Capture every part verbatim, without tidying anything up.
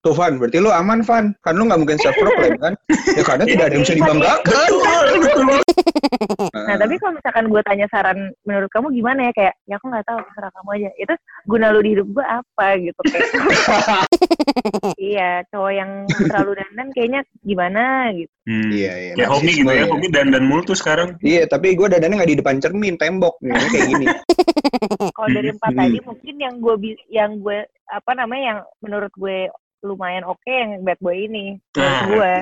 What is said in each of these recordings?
Tuh Van, berarti lu aman Van. Kan lu gak mungkin self-proclaim kan? Ya karena tidak ada yang bisa dibanggakan. Nah tapi kalau misalkan gue tanya saran menurut kamu gimana ya, kayak ya aku nggak tahu, terserah kamu aja. Itu guna lu di hidup gue apa gitu kayak. Iya, cowok yang terlalu dandan kayaknya gimana gitu. Hmm. Iya, iya. Kayak Homi gitu ya, Homi dandan mulu tuh sekarang. Iya, tapi gue dandannya nggak di depan cermin, tembok nih, kayak gini. Kalau dari empat tadi mungkin yang gue yang gue apa namanya yang menurut gue lumayan oke okay, yang bad boy ini menurut nah. gue.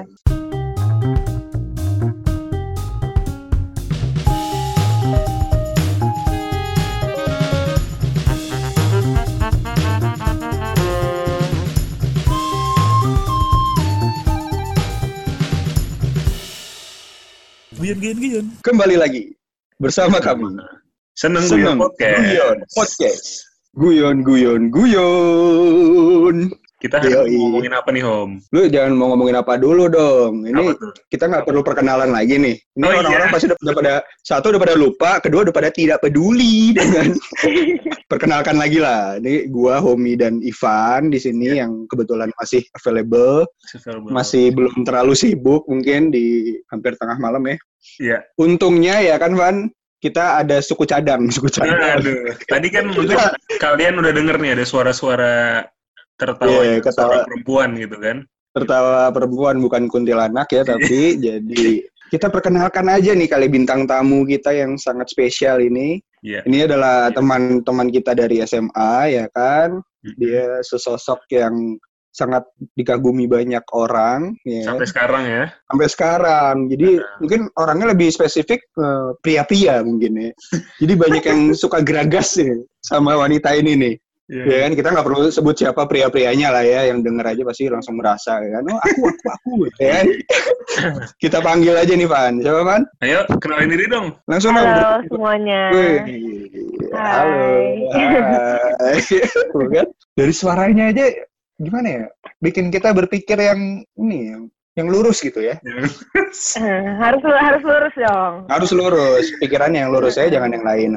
Guyon, guyon, guyon. Kembali lagi bersama kami. Seneng, Seneng Guyon Podcast. Guyon Podcast. Guyon, guyon, guyon. Kita hari ini mau ngomongin apa nih, Hom? Lu jangan mau ngomongin apa dulu dong. Ini kita nggak perlu perkenalan lagi nih. Ini oh, orang-orang iya? pasti udah, udah pada satu udah pada lupa, kedua udah pada tidak peduli dengan perkenalkan lagi lah. Ini gua, Homi dan Ivan di sini yeah. yang kebetulan masih available, available, masih belum terlalu sibuk mungkin di hampir tengah malam ya. Iya. Yeah. Untungnya ya kan, Van, kita ada suku cadang, suku cadang. Aduh. Tadi kan mungkin kalian udah denger nih ada suara-suara tertawa yeah, ketawa perempuan gitu kan. Tertawa perempuan bukan kuntilanak ya, tapi jadi kita perkenalkan aja nih kali bintang tamu kita yang sangat spesial ini. Yeah. Ini adalah teman-teman kita dari S M A ya kan. Mm-hmm. Dia sesosok yang sangat dikagumi banyak orang ya. Sampai sekarang ya. Sampai sekarang. Jadi nah. mungkin orangnya lebih spesifik uh, pria-pria mungkin ya. Jadi banyak yang suka geragas ya sama wanita ini nih. Yeah. Ya kan, kita nggak perlu sebut siapa pria-prianya lah ya, yang denger aja pasti langsung merasa ya kan, oh aku, aku, aku, ya kan. Kita panggil aja nih, Van. Siapa, Van? Ayo, kenalin diri dong. Langsung dong. Halo dong. Semuanya. Wih. Halo. Hai. Kan? Dari suaranya aja, gimana ya, bikin kita berpikir yang ini, yang, yang lurus gitu ya. uh, harus harus lurus dong. Harus lurus, pikirannya yang lurus ya, jangan yang lain.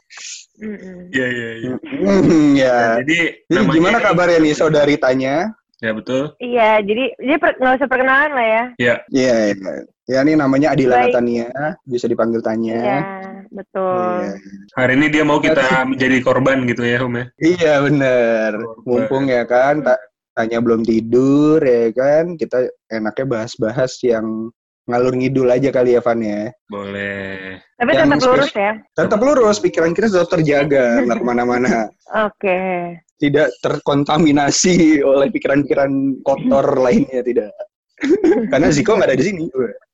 Iya iya iya. Ya. Jadi, jadi gimana kabarnya nih saudari Tanya? Ya betul. Iya, jadi jadi per, nggak usah perkenalan lah ya. Iya. Iya. Ya. Ya ini namanya Adila Tania, bisa dipanggil Tanya. Iya, betul. Ya. Hari ini dia mau kita menjadi korban gitu ya, Om ya. Iya benar. Mumpung ya kan, Tanya belum tidur ya kan, kita enaknya bahas-bahas yang ngalur ngidul aja kali ya, Van ya. Boleh. Tapi yang tetap lurus ya? Tetap lurus, pikiran kita tetap terjaga, nggak kemana-mana. Oke. Okay. Tidak terkontaminasi oleh pikiran-pikiran kotor lainnya, tidak. Karena Ziko nggak ada di sini.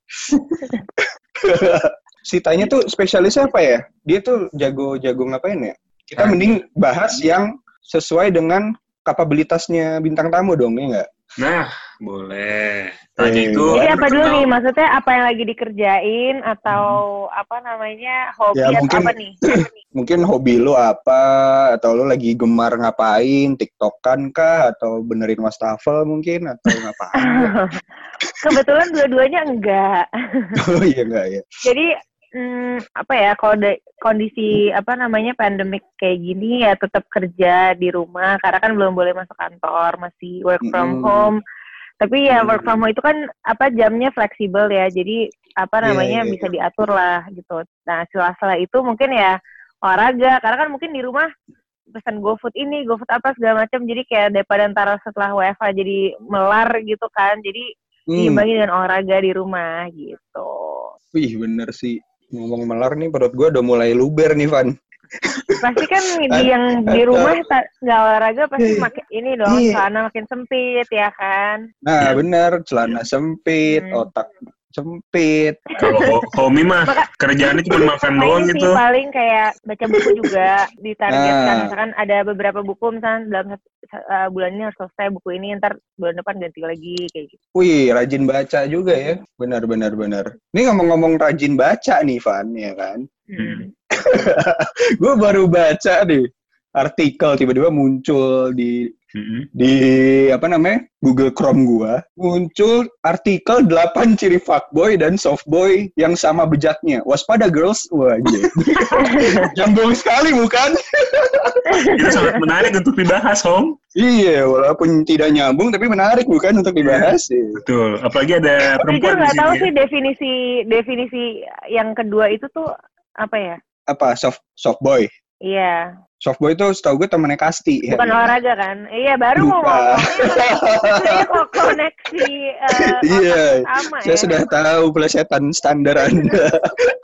Si Tanya tuh spesialisnya apa ya? Dia tuh jago-jago ngapain ya? Kita mending bahas yang sesuai dengan kapabilitasnya bintang tamu dong, ya nggak? Nah, boleh. Tanya eh, itu. Jadi apa dulu nih? Maksudnya apa yang lagi dikerjain atau hmm. apa namanya hobi ya, atau mungkin, apa nih? Mungkin hobi lu apa? Atau lu lagi gemar ngapain? TikTokan kah? Atau benerin wastafel mungkin? Atau ngapain? Kebetulan dua-duanya enggak. Oh iya enggak ya. Jadi Hmm, apa ya, kalau kondisi apa namanya pandemik kayak gini ya tetap kerja di rumah karena kan belum boleh masuk kantor, masih work from mm. home. Tapi ya work from home itu kan apa jamnya fleksibel ya, jadi apa namanya yeah, yeah, bisa yeah. diatur lah gitu. Nah sela-sela itu mungkin ya olahraga, karena kan mungkin di rumah pesan GoFood ini, GoFood apa segala macam, jadi kayak daripada ntar setelah W F H jadi melar gitu kan, jadi mm. diimbangi dengan olahraga di rumah gitu. Wih bener sih. Ngomong melar nih, perut gue udah mulai luber nih, Van. Pasti kan di yang di rumah nggak olahraga pasti makin ini dong, celana makin sempit ya kan. Nah benar, celana sempit, hmm. otak sempit. Kalau Homi mah kerjaannya cuma makan doang gitu. Paling kayak baca buku juga ditargetkan. Nah. Misalkan ada beberapa buku misalkan dalam uh, bulan ini harus selesai buku ini, ntar bulan depan ganti lagi kayak gitu. Wih, rajin baca juga ya. Benar benar benar. Ini ngomong-ngomong rajin baca nih, Van, ya kan? Hmm. Gue baru baca nih. artikel tiba-tiba muncul di mm-hmm. di apa namanya Google Chrome gua, muncul artikel delapan ciri fuckboy dan softboy yang sama bejatnya. Waspada girls, wajib. Nyambung sekali bukan? Itu sangat menarik untuk dibahas, Om. Iya, walaupun tidak nyambung tapi menarik bukan untuk dibahas. Ya, betul. Apalagi ada perempuan di sini. Jujur nggak tahu sih definisi definisi yang kedua itu tuh apa ya? Apa soft softboy? Iya. Softboy itu setahu gue temennya Kasti. Bukan ya, olahraga kan? Iya, baru mau ngomong. Saya kok koneksi uh, iya, sama saya ya. sudah tahu pelesetan standar Anda.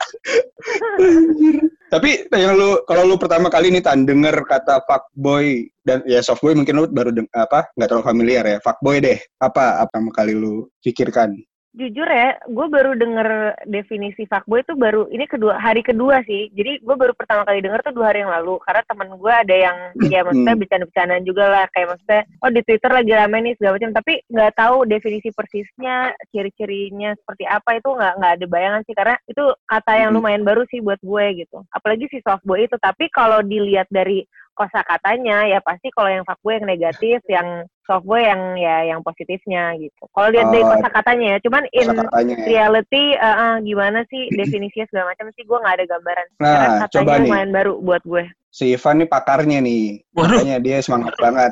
Tapi yang lu, kalau lu pertama kali nih Tan denger kata fuckboy dan ya softboy mungkin lu baru deng- apa nggak terlalu familiar ya. Fuckboy deh. Apa apa pertama kali lu pikirkan? Jujur ya, gue baru denger definisi fuckboy itu baru, ini kedua hari kedua sih. Jadi gue baru pertama kali denger tuh dua hari yang lalu. Karena teman gue ada yang, ya maksudnya bercanda-bercandaan juga lah. Kayak maksudnya, oh di Twitter lagi rame nih segala macam. Tapi nggak tahu definisi persisnya, ciri-cirinya seperti apa itu nggak nggak ada bayangan sih. Karena itu kata yang lumayan baru sih buat gue gitu. Apalagi si softboy itu. Tapi kalau dilihat dari kosakatanya ya pasti kalau yang fuckboy yang negatif, yang softboy yang ya yang positifnya gitu. Kalau lihat oh, dari kosakatanya ya, cuman in reality uh, uh, gimana sih definisinya segala macam sih gue nggak ada gambaran. Nah, karena katanya coba lumayan nih. Baru buat gue. Si Ivan nih pakarnya nih, makanya dia semangat banget.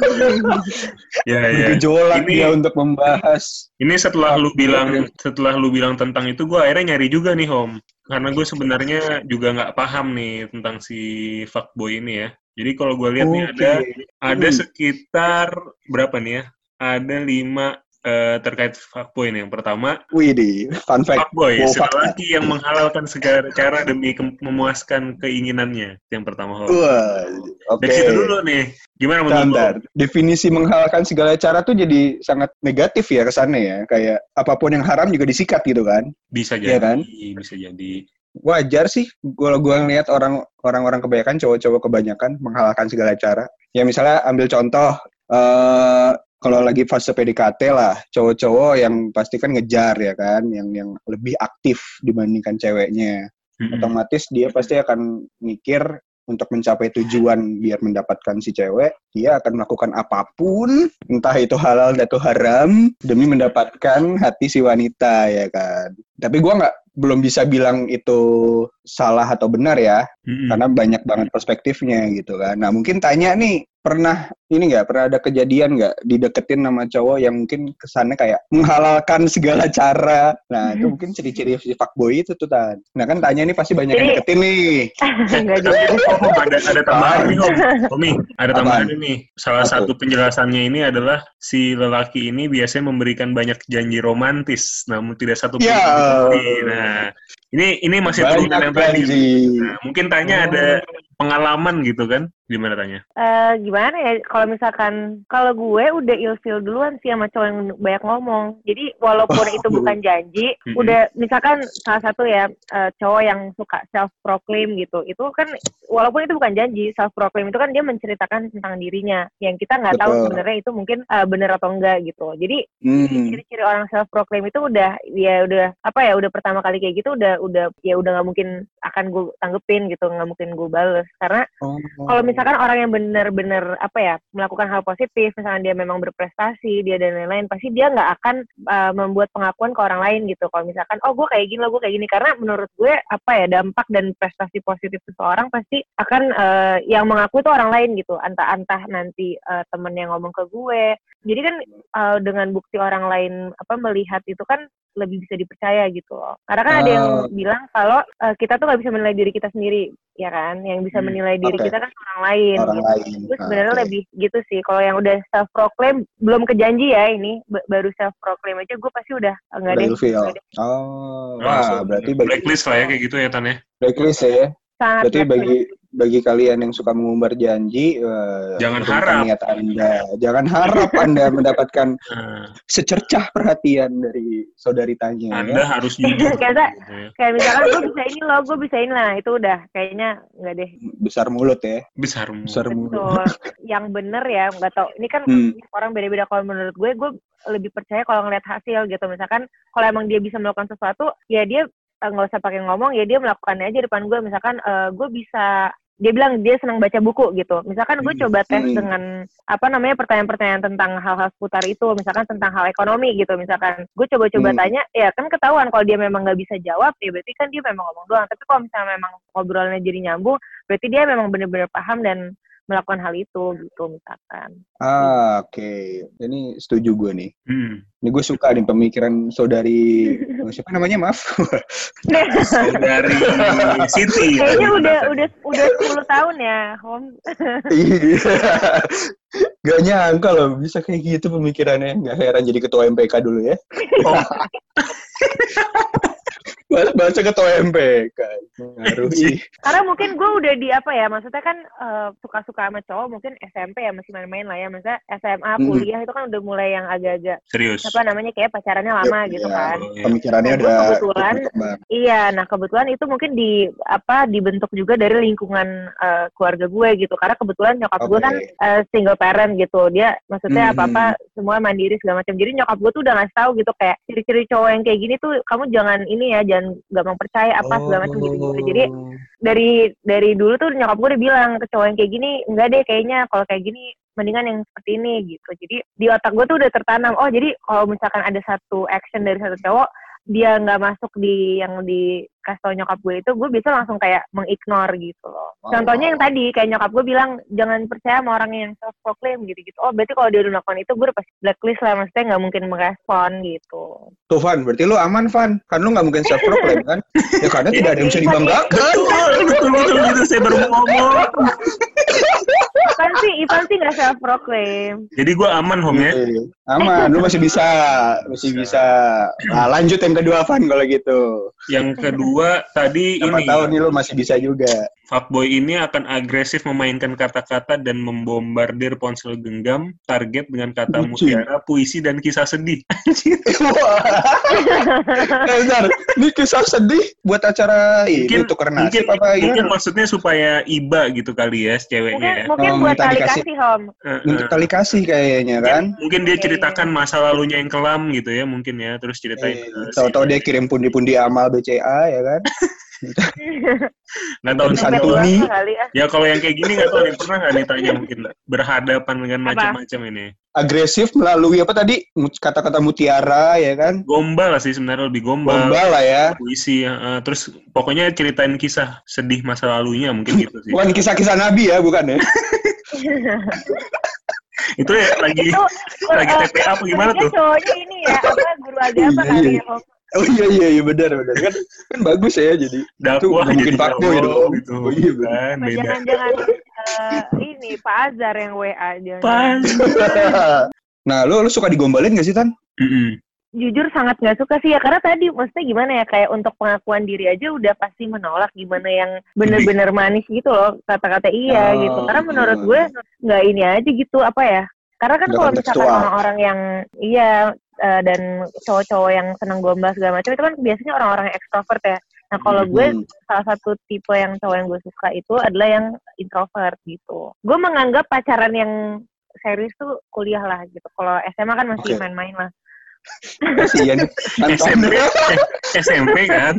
ya ya. Bergejolak dia untuk membahas. Ini setelah lu bilang setelah lu bilang tentang itu, gue akhirnya nyari juga nih Om, karena gue sebenarnya juga nggak paham nih tentang si fuckboy ini ya. Jadi kalau gue lihat okay. nih ada ada sekitar berapa nih ya? Ada lima uh, terkait fuckboy nih. Yang pertama, Widih, fun fact. Fuckboy, wow, lelaki yang menghalalkan segala cara demi ke- memuaskan keinginannya. Yang pertama. Wah, oke. Okay. Dari situ dulu nih. Gimana menurut lu? Definisi menghalalkan segala cara tuh jadi sangat negatif ya kesannya ya. Kayak apapun yang haram juga disikat gitu kan? Bisa jadi. Ya kan? Bisa jadi. Wajar sih kalau gue ngeliat orang orang-orang kebanyakan cowok-cowok kebanyakan menghalalkan segala cara. Ya misalnya ambil contoh uh, kalau lagi fase P D K T lah, cowok-cowok yang pasti kan ngejar ya kan, yang yang lebih aktif dibandingkan ceweknya. Mm-hmm. Otomatis dia pasti akan mikir untuk mencapai tujuan biar mendapatkan si cewek, dia akan melakukan apapun, entah itu halal atau haram, demi mendapatkan hati si wanita ya kan. Tapi gue nggak belum bisa bilang itu salah atau benar ya, mm-hmm. karena banyak banget perspektifnya gitu kan. Nah mungkin tanya nih, pernah ini nggak, pernah ada kejadian nggak dideketin sama cowok yang mungkin kesannya kayak menghalalkan segala cara. Nah itu mungkin ciri-ciri si fuckboy itu tuh Tan. Nah kan tanya nih pasti banyak yang deketin nih. oh, ada ada tambahan nih Om. Omi, ada tambahan nih. Salah Apa? Satu penjelasannya ini adalah si lelaki ini biasanya memberikan banyak janji romantis, namun tidak satu pun. Ya. Nah, ini ini masih turunan yang tadi. Nah, mungkin tanya oh. ada pengalaman gitu kan? Gimana tanya? Uh, gimana ya? Kalau misalkan kalau gue udah ilfeel duluan sih sama cowok yang banyak ngomong. Jadi walaupun oh. itu bukan janji, mm-hmm. udah misalkan salah satu ya uh, cowok yang suka self proclaim gitu. Itu kan walaupun itu bukan janji, self proclaim itu kan dia menceritakan tentang dirinya yang kita nggak tahu sebenarnya itu mungkin uh, benar atau enggak gitu. Jadi mm. ciri-ciri orang self proclaim itu udah ya udah apa ya udah pertama kali kayak gitu udah udah ya udah nggak mungkin akan gue tanggepin gitu, nggak mungkin gue bales karena oh. kalau misalkan orang yang benar-benar apa ya melakukan hal positif, misalkan dia memang berprestasi, dia dan lain-lain, pasti dia nggak akan uh, membuat pengakuan ke orang lain gitu. Kalau misalkan, oh gue kayak gini loh, gue kayak gini, karena menurut gue apa ya dampak dan prestasi positif seseorang pasti akan uh, yang mengaku itu orang lain gitu. Antah-antah nanti uh, temen yang ngomong ke gue. Jadi kan uh, dengan bukti orang lain apa melihat itu kan lebih bisa dipercaya gitu loh. Karena kan uh, ada yang bilang kalau uh, kita tuh nggak bisa menilai diri kita sendiri, ya kan? Yang bisa menilai diri okay. kita kan orang lain. Orang gitu. lain. Itu sebenarnya okay. lebih gitu sih. Kalau yang udah self proclaim belum kejanji ya ini, b- baru self proclaim aja gue pasti udah nggak deh. Oh, wah, berarti bagi blacklist lah ya kayak gitu ya Tan ya. Blacklist ya. Sangat berarti bagi bagi kalian yang suka mengumbar janji, uh, jangan harap niat Anda, jangan harap Anda mendapatkan secercah perhatian dari saudari Tanya. Anda ya? Harus jujur. kayak, kayak misalkan gue bisa ini loh, gue bisa ini lah, itu udah kayaknya nggak deh. Besar mulut ya. Besar mulut. Besar mulut. Betul. Yang bener ya, nggak tau. Ini kan hmm. orang beda-beda. Kalau menurut gue, gue lebih percaya kalau ngeliat hasil gitu. Misalkan kalau emang dia bisa melakukan sesuatu, ya dia nggak usah pakai ngomong, ya dia melakukannya aja depan gue. Misalkan uh, gue bisa dia bilang dia senang baca buku gitu. Misalkan gue coba tes Hmm. dengan apa namanya pertanyaan-pertanyaan tentang hal-hal seputar itu, misalkan tentang hal ekonomi gitu, misalkan gue coba-coba Hmm. tanya, ya kan ketahuan kalau dia memang nggak bisa jawab, ya berarti kan dia memang ngomong doang. Tapi kalau misalnya memang ngobrolnya jadi nyambung, berarti dia memang benar-benar paham dan melakukan hal itu gitu misalkan. Ah, oke. Okay. Ini setuju gue nih. Hmm. Ini gue suka nih pemikiran saudari siapa namanya, maaf. Saudari Siti. Kayaknya udah udah udah sepuluh tahun ya, Hom. Iya. Gak nyangka loh bisa kayak gitu pemikirannya. Gak heran jadi ketua M P K dulu ya. Oh. Baca ketua M P K. Ngaruhi. Karena mungkin gue udah di apa ya, maksudnya kan uh, suka-suka sama cowok mungkin S M P ya masih main-main lah ya, maksudnya S M A, kuliah hmm. itu kan udah mulai yang agak-agak serius. Apa namanya kayak pacarannya lama ya, gitu ya. kan. Pemikirannya nah, udah kebetulan iya, nah kebetulan itu mungkin di apa dibentuk juga dari lingkungan uh, keluarga gue gitu. Karena kebetulan nyokap okay. gue kan uh, single parent gitu. Dia maksudnya hmm. apa-apa semua mandiri segala macam. Jadi nyokap gue tuh udah ngasih tahu gitu kayak ciri-ciri cowok yang kayak gini tuh kamu jangan ini ya, jangan gampang percaya apa segala macam gitu gitu. Jadi dari dari dulu tuh nyokap gue udah bilang ke cowok yang kayak gini enggak deh kayaknya kalau kayak gini mendingan yang seperti ini gitu. Jadi di otak gue tuh udah tertanam, oh jadi kalau misalkan ada satu action dari satu cowok dia nggak masuk di yang di kasih tau nyokap gue itu, gue bisa langsung kayak mengignore gitu loh. Wow. Contohnya yang tadi kayak nyokap gue bilang jangan percaya sama orang yang self proclaim gitu-gitu. Oh berarti kalau dia udah melakukan itu gue udah pasti blacklist lah, maksudnya nggak mungkin merespon gitu. Tuh Van, berarti lu aman Van, kan lu nggak mungkin self proclaim kan? Ya karena tidak ada yang bisa dibanggakan. Betul, betul, betul, betul. Saya baru mau ngomong. Ivan sih, Ivan sih nggak self proclaim. Jadi gue aman, Hom ya? Aman, lu masih bisa, masih bisa. Nah, lanjut yang kedua Van kalau gitu. Yang kedua tadi Siapa ini. tahu nih lu masih bisa juga. Fuckboy ini akan agresif memainkan kata-kata dan membombardir ponsel genggam target dengan kata mutiara, puisi dan kisah sedih. Eh, bentar, ini kisah sedih buat acara ini tuker nasib apa ya? Mungkin maksudnya supaya iba gitu kali ya, ceweknya. Mungkin, mungkin oh, buat tali kasih, Hom. Untuk tali kasih kayaknya kan. Mungkin dia ceritakan masa lalunya yang kelam gitu ya, mungkin ya, terus ceritain. Eh, tahu-tahu dia kirim pundi-pundi amal B C A ya kan. Nggak tahu disantuni. Ya kalau yang kayak gini nggak tahu yang pernah nggak ditanya mungkin berhadapan dengan macam-macam ini. Agresif melalui apa tadi kata-kata mutiara ya kan? Gombal lah sih sebenarnya, lebih gombal. Gombal lah ya. Puisi ya. Uh, terus pokoknya ceritain kisah sedih masa lalunya mungkin gitu sih. Bukan kisah-kisah Nabi ya, bukan ya? Itu ya lagi itu, lagi T P A apa gimana tuh? Cowoknya ini ya apa guru agama kali ya. Oh iya iya iya benar benar kan kan bagus ya jadi dakwah mungkin Pak Boy dong gitu. Oh iya kan beda. Jangan-jangan uh, ini Pak Azhar yang W A aja. Nah, lu lu suka digombalin enggak sih, Tan? Mm-mm. Jujur sangat nggak suka sih ya, karena tadi maksudnya gimana ya, kayak untuk pengakuan diri aja udah pasti menolak, gimana yang bener-bener manis gitu loh kata-kata iya oh, gitu. Karena menurut gue nggak ini aja gitu apa ya. Karena kan kalau misalkan orang-orang yang iya uh, dan cowok-cowok yang seneng gombal segala macam itu kan biasanya orang-orang yang ekstrovert ya. Nah kalau gue hmm. salah satu tipe yang cowok yang gue suka itu adalah yang introvert gitu. Gue menganggap pacaran yang serius tuh kuliah lah gitu. Kalau S M A kan masih okay. main-main lah. Kasian S M P S M P kan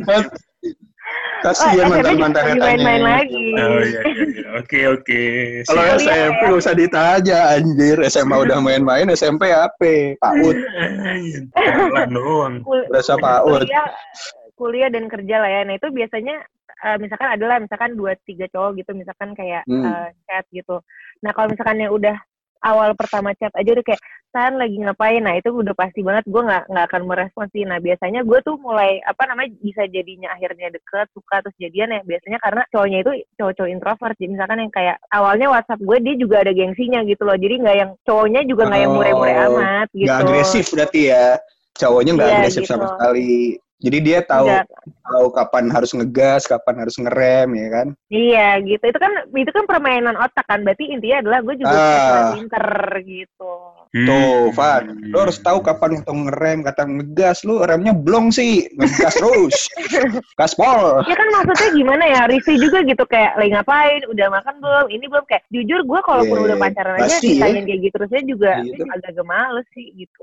kasian oh, mantan-mantan main-main lagi. Oh iya iya oke oke. Kalau S M P nggak usah ditanya anjir, S M A udah main-main, S M P apa PAUD jalan doang berasa PAUD kuliah, kuliah dan kerja lah ya. Nah itu biasanya uh, misalkan adalah misalkan dua tiga cowok gitu misalkan kayak hmm. uh, chat gitu. Nah kalau misalkan yang udah awal pertama chat aja udah kayak San lagi ngapain, nah itu udah pasti banget gue nggak nggak akan merespon sih. Nah biasanya gue tuh mulai apa namanya bisa jadinya akhirnya deket suka terus jadian ya biasanya karena cowoknya itu cowok-cowok introvert. Jadi misalkan yang kayak awalnya WhatsApp gue dia juga ada gengsinya gitu loh, jadi nggak yang cowoknya juga nggak oh, yang mure-mure amat gitu. Nggak agresif berarti ya, cowoknya nggak ya, agresif gitu. Sama sekali. Jadi dia tahu Enggak. tahu kapan harus ngegas, kapan harus ngerem, ya kan? Iya, gitu. Itu kan itu kan permainan otak kan. Berarti intinya adalah gue juga ah. pinter gitu. Hmm. Tuh, Van, lo harus tahu kapan waktu ngerem, kata ngegas, lo remnya blong sih, ngegas terus, gaspol. Ya kan maksudnya gimana ya, risih juga gitu kayak lagi ngapain, udah makan belum, ini belum kayak jujur gue kalaupun yeah, udah pacaran aja ditanyain yeah. kayak gitu terusnya juga gitu. Agak-agak males sih gitu.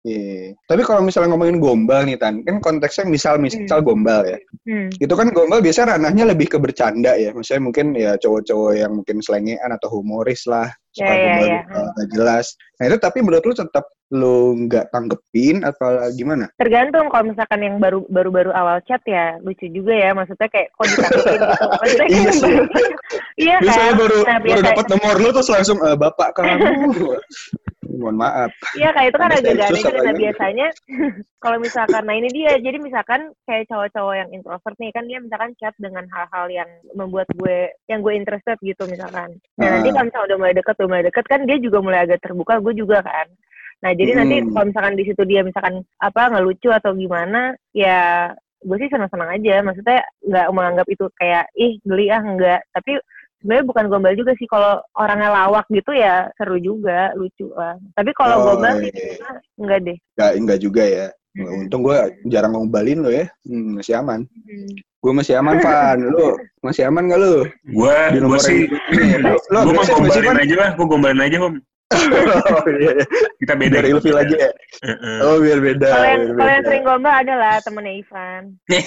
Iya. Tapi kalau misalnya ngomongin gombal nih Tan, kan konteksnya misal misal hmm. gombal ya. Hmm. Itu kan gombal biasanya ranahnya lebih ke bercanda ya. Maksudnya mungkin ya cowok-cowok yang mungkin selengean atau humoris lah, suka yeah, gombal yeah, yeah. gak jelas. Nah itu tapi menurut lu tetap lu nggak tanggepin atau gimana? Tergantung. Kalau misalkan yang baru baru-baru awal chat ya lucu juga ya. Maksudnya kayak kok ditanggepin gitu. Maksudnya kayak iya sih. Iya kan. Misalnya baru nah, baru dapat nomor lu terus langsung e, bapak kamu. Mohon maaf. Iya kayak itu kan agak aneh gitu. Nah biasanya kalau misalkan, nah ini dia. Jadi misalkan kayak cowok-cowok yang introvert nih kan dia misalkan chat dengan hal-hal yang membuat gue, yang gue interested gitu misalkan. Nah ah. nanti kalau misalkan udah mulai deket, udah mulai deket kan dia juga mulai agak terbuka, gue juga kan. Nah jadi hmm. nanti kalau misalkan di situ dia misalkan apa ngelucu atau gimana, ya gue sih senang-senang aja. Maksudnya nggak menganggap itu kayak ih geli ah enggak. Tapi sebenarnya bukan gombal juga sih, kalau orangnya lawak gitu ya seru juga, lucu lah. Tapi kalau oh, gombal sih iya. enggak deh. Enggak, enggak juga ya. Mm-hmm. Untung gue jarang ngombalin lo ya, hmm, masih aman. Mm-hmm. Gue masih aman, Van. Lu masih aman gak lu? Gue, gue sih, gue mau gombalin aja lah, gue gombalin aja, Om. Oh, iya. Kita beda. Biar ilfil aja ya. Uh-uh. Oh biar beda. Kalau yang, kalau yang sering gombal adalah temennya Ivan.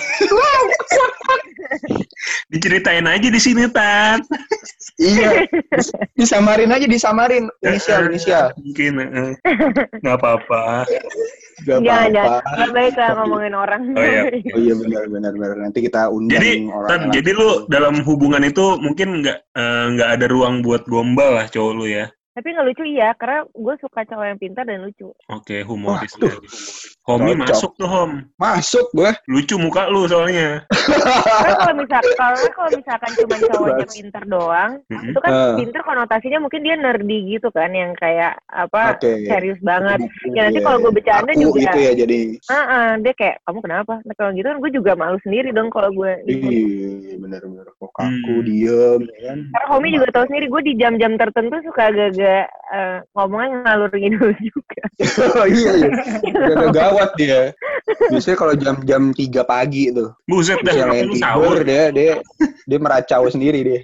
Diceritain aja di sini Tan. Iya. Disamarin aja, disamarin. Inisial, inisial. Mungkin. Uh, Gak apa-apa. Gak apa-apa. Jangan, gak baik lah ngomongin orang. Oh iya. Oh iya benar, benar, benar. Nanti kita undang jadi, orang. Tan, jadi lu dalam hubungan itu mungkin nggak nggak uh, ada ruang buat gombal lah cowok lu ya? Tapi nggak lucu iya, karena gue suka cowok yang pintar dan lucu. Oke, humoris. Homi masuk tuh, Hom. Masuk gue. Lucu muka lu soalnya. Karena kalau misalkan, kalau kalau misalkan cuma cowoknya pintar doang, mm-hmm. itu kan uh. pintar konotasinya mungkin dia nerdy gitu kan, yang kayak apa okay. serius banget. Buku, ya nanti yeah. kalau gue bercanda aku juga. Gitu ya jadi. Uh-uh, dia kayak kamu kenapa? Nah kalau gitu kan gue juga malu sendiri dong kalau gue. Iya, benar-benar kok aku hmm. diem kan. Karena Homi juga tahu sendiri, gue di jam-jam tertentu suka agak-agak uh, ngomongnya ngalur ngidul juga. Oh iya iya. Agak gawat dia. Biasanya kalau jam-jam tiga pagi tuh. Buset dah, yang tidur dia dia dia meracau sendiri dia.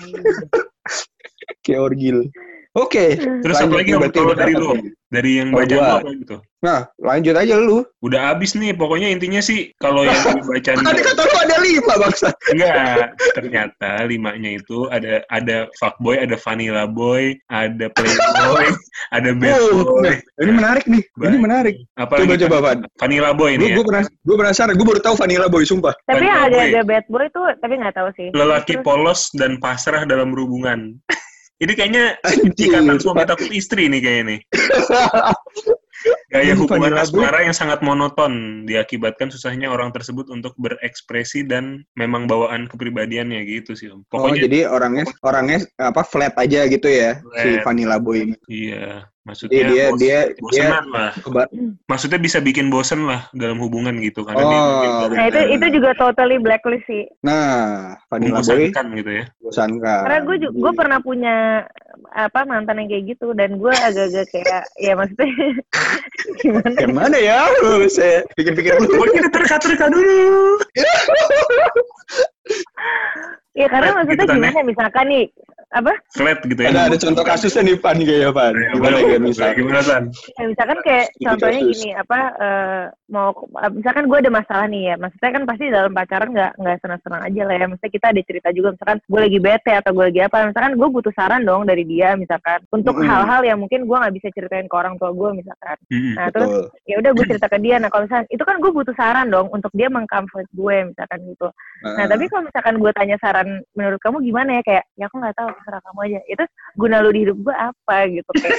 Kayak orgil. Oke. Okay. Terus apa lagi kalau dari lu? Dari yang baca oh, apa gitu? Nah, lanjut aja lu. Udah habis nih, pokoknya intinya sih kalau yang dibaca nih. Tadi kata lu ada lima, bangsa. Enggak, ternyata limanya itu ada ada fuckboy, ada vanilla boy, ada playboy, ada bad oh, boy. Nah, ini menarik nih, ini menarik. Apa coba coba, Van. Vanilla boy ini. Gue ya? gue penasaran, gue baru tahu vanilla boy, sumpah. Tapi yang agak-agak bad boy itu, tapi nggak tahu sih. Lelaki Terus. polos dan pasrah dalam hubungan. Ini kayaknya ikatan suami takut istri nih kayaknya nih. Gaya hubungan asmara yang sangat monoton diakibatkan susahnya orang tersebut untuk berekspresi dan memang bawaan kepribadiannya gitu sih Om. Pokoknya, oh jadi orangnya orangnya apa flat aja gitu ya flat. Si Vanilla Boy ini. Iya. Maksudnya dia bos, dia bosenan dia, lah. Keba- Maksudnya bisa bikin bosen lah dalam hubungan gitu karena oh, dia nah itu itu juga totally blacklist sih. Nah, Vanilla Boy gitu ya. Bosankan. Karena gue juga gue pernah punya apa mantan yang kayak gitu dan gue agak-agak kayak ya maksudnya gimana? Gimana ya? Saya pikir-pikir dulu. Kita terka-terka dulu. Ya karena maksudnya gitu, gimana misalkan nih apa? Flat gitu ya. Ada ada contoh kasusnya nih Pan kayaknya Pan. Gimana ya misalkan? Gimana Pan? Ya, misalkan kayak contohnya kasus. Gini apa uh, mau misalkan gue ada masalah nih ya. Maksudnya kan pasti dalam pacaran nggak nggak senang-senang aja lah ya. Maksudnya kita ada cerita juga misalkan gue lagi bete atau gue lagi apa. Misalkan gue butuh saran dong dari dia misalkan untuk mm-hmm. hal-hal yang mungkin gue nggak bisa ceritain ke orang tua gue misalkan. Mm-hmm. Nah terus ya udah gue cerita ke dia. Nah kalau misalkan itu kan gue butuh saran dong untuk dia mengcomfort gue misalkan gitu. Uh. Nah tapi kalau misalkan gue tanya saran menurut kamu gimana ya kayak ya aku nggak tahu terserah kamu aja. Itu guna lu di hidup gue apa gitu kayak.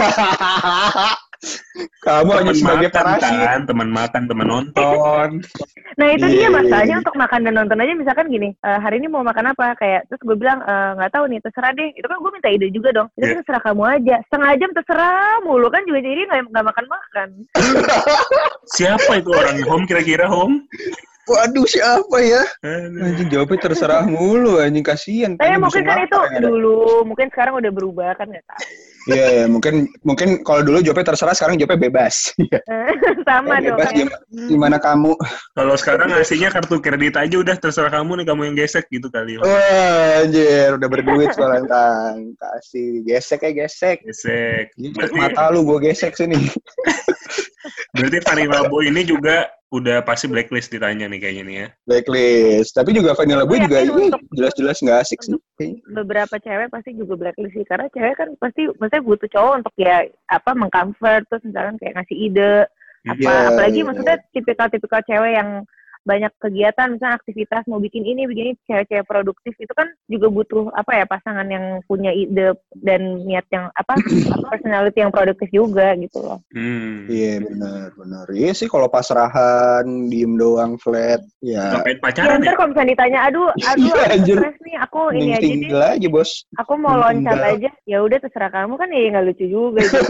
Kamu hanya sebagai parasit kan, teman makan, teman nonton. Nah itu yeah. dia masalahnya untuk makan dan nonton aja misalkan gini, e, hari ini mau makan apa kayak terus gue bilang nggak e, tahu nih terserah deh. Itu kan gue minta ide juga dong. Itu yeah. terserah kamu aja. Setengah jam terserah mulu kan juga jadi nggak nggak makan makan. Siapa itu orang Home kira-kira Home? Waduh siapa ya? Anjing jawabnya terserah mulu anjing kasihan. Tapi mungkin kan itu ya, dulu, mungkin sekarang udah berubah kan nggak tahu. Iya ya, mungkin mungkin kalau dulu jawabnya terserah sekarang jawabnya bebas. Sama ya, dong. Bebas, ya. Gimana kamu? Kalau sekarang ngasihnya kartu kredit aja udah terserah kamu nih kamu yang gesek gitu kali. Wah anjir udah berduit soalnya kan. Kasih gesek ya gesek. Gesek. Berarti... Mata lu gue gesek sini. Berarti Vanilla Boy ini juga udah pasti blacklist ditanya nih kayaknya nih ya. Blacklist. Tapi juga Vanilla Boy juga ini jelas-jelas nggak asik sih. Beberapa cewek pasti juga blacklist sih. Karena cewek kan pasti maksudnya butuh cowok untuk ya apa mengcomfort terus misalkan kayak ngasih ide apa yeah, apalagi yeah. maksudnya tipikal-tipikal cewek yang banyak kegiatan, misalnya aktivitas mau bikin ini, bikin ini, cewek-cewek produktif itu kan juga butuh apa ya pasangan yang punya ide dan niat yang apa, personality yang produktif juga gitu loh. Hmm. Iya benar, benar. Iya sih kalau pasrahan, diem doang flat, ya. Ngapain pacaran ya? Ntar kalau misalnya ditanya, aduh, aduh, aku stres nih, aku ini aja deh. aja bos. Aku mau loncat aja, ya udah terserah kamu kan ya nggak lucu juga. Gitu.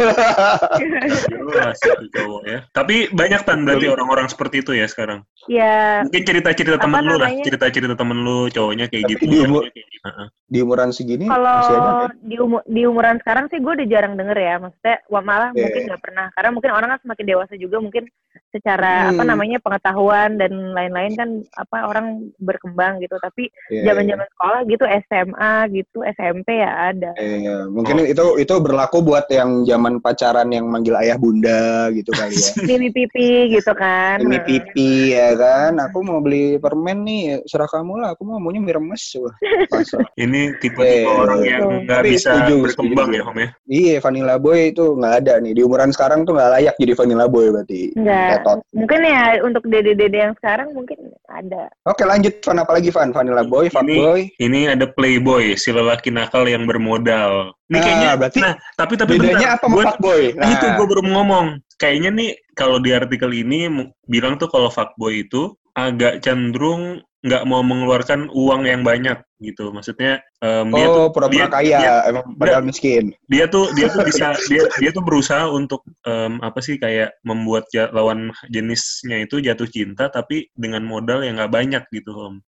cowok ya. Tapi banyak kan berarti orang-orang seperti itu ya sekarang. Ya. Mungkin cerita-cerita temen lu lah, cerita-cerita temen lu cowoknya kayak gitu. Di, umur, uh-huh. di umuran segini kalau ya? di, umur, di umuran sekarang sih gue udah jarang denger ya, maksudnya wah, malah yeah. mungkin nggak pernah, karena mungkin orang kan semakin dewasa juga mungkin secara hmm. apa namanya pengetahuan dan lain-lain kan apa orang berkembang gitu, tapi yeah, zaman-zaman yeah. sekolah gitu S M A gitu S M P ya ada. Yeah, mungkin oh. itu itu berlaku buat yang zaman pacaran yang manggil ayah bunda gitu kali ya. Mimi pipi gitu kan. Mimi pipi ya kan, aku mau beli permen nih, serah kamu lah, aku mau maunya mie remes. Ini tipe-tipe eh, orang yang nggak bisa setuju, berkembang setuju. Ya Om ya? Iya, Vanilla Boy itu nggak ada nih, di umuran sekarang tuh nggak layak jadi Vanilla Boy berarti. Nggak, mungkin ya untuk dede-dede yang sekarang mungkin ada. Oke lanjut, Van, apa lagi Van? Vanilla Boy, Fuckboy? Ini, ini ada Playboy, si lelaki nakal yang bermodal. Ini kayaknya, nah, berarti nah, tapi tapi bedanya apa sama Fuckboy? Nah. Itu gue baru ngomong. Kayaknya nih kalau di artikel ini bilang tuh kalau Fuckboy itu agak cenderung nggak mau mengeluarkan uang yang banyak gitu, maksudnya um, dia oh, tuh pura-pura kaya, dia, emang padahal miskin. Dia tuh dia tuh bisa dia dia tuh berusaha untuk um, apa sih kayak membuat lawan jenisnya itu jatuh cinta, tapi dengan modal yang nggak banyak gitu Om.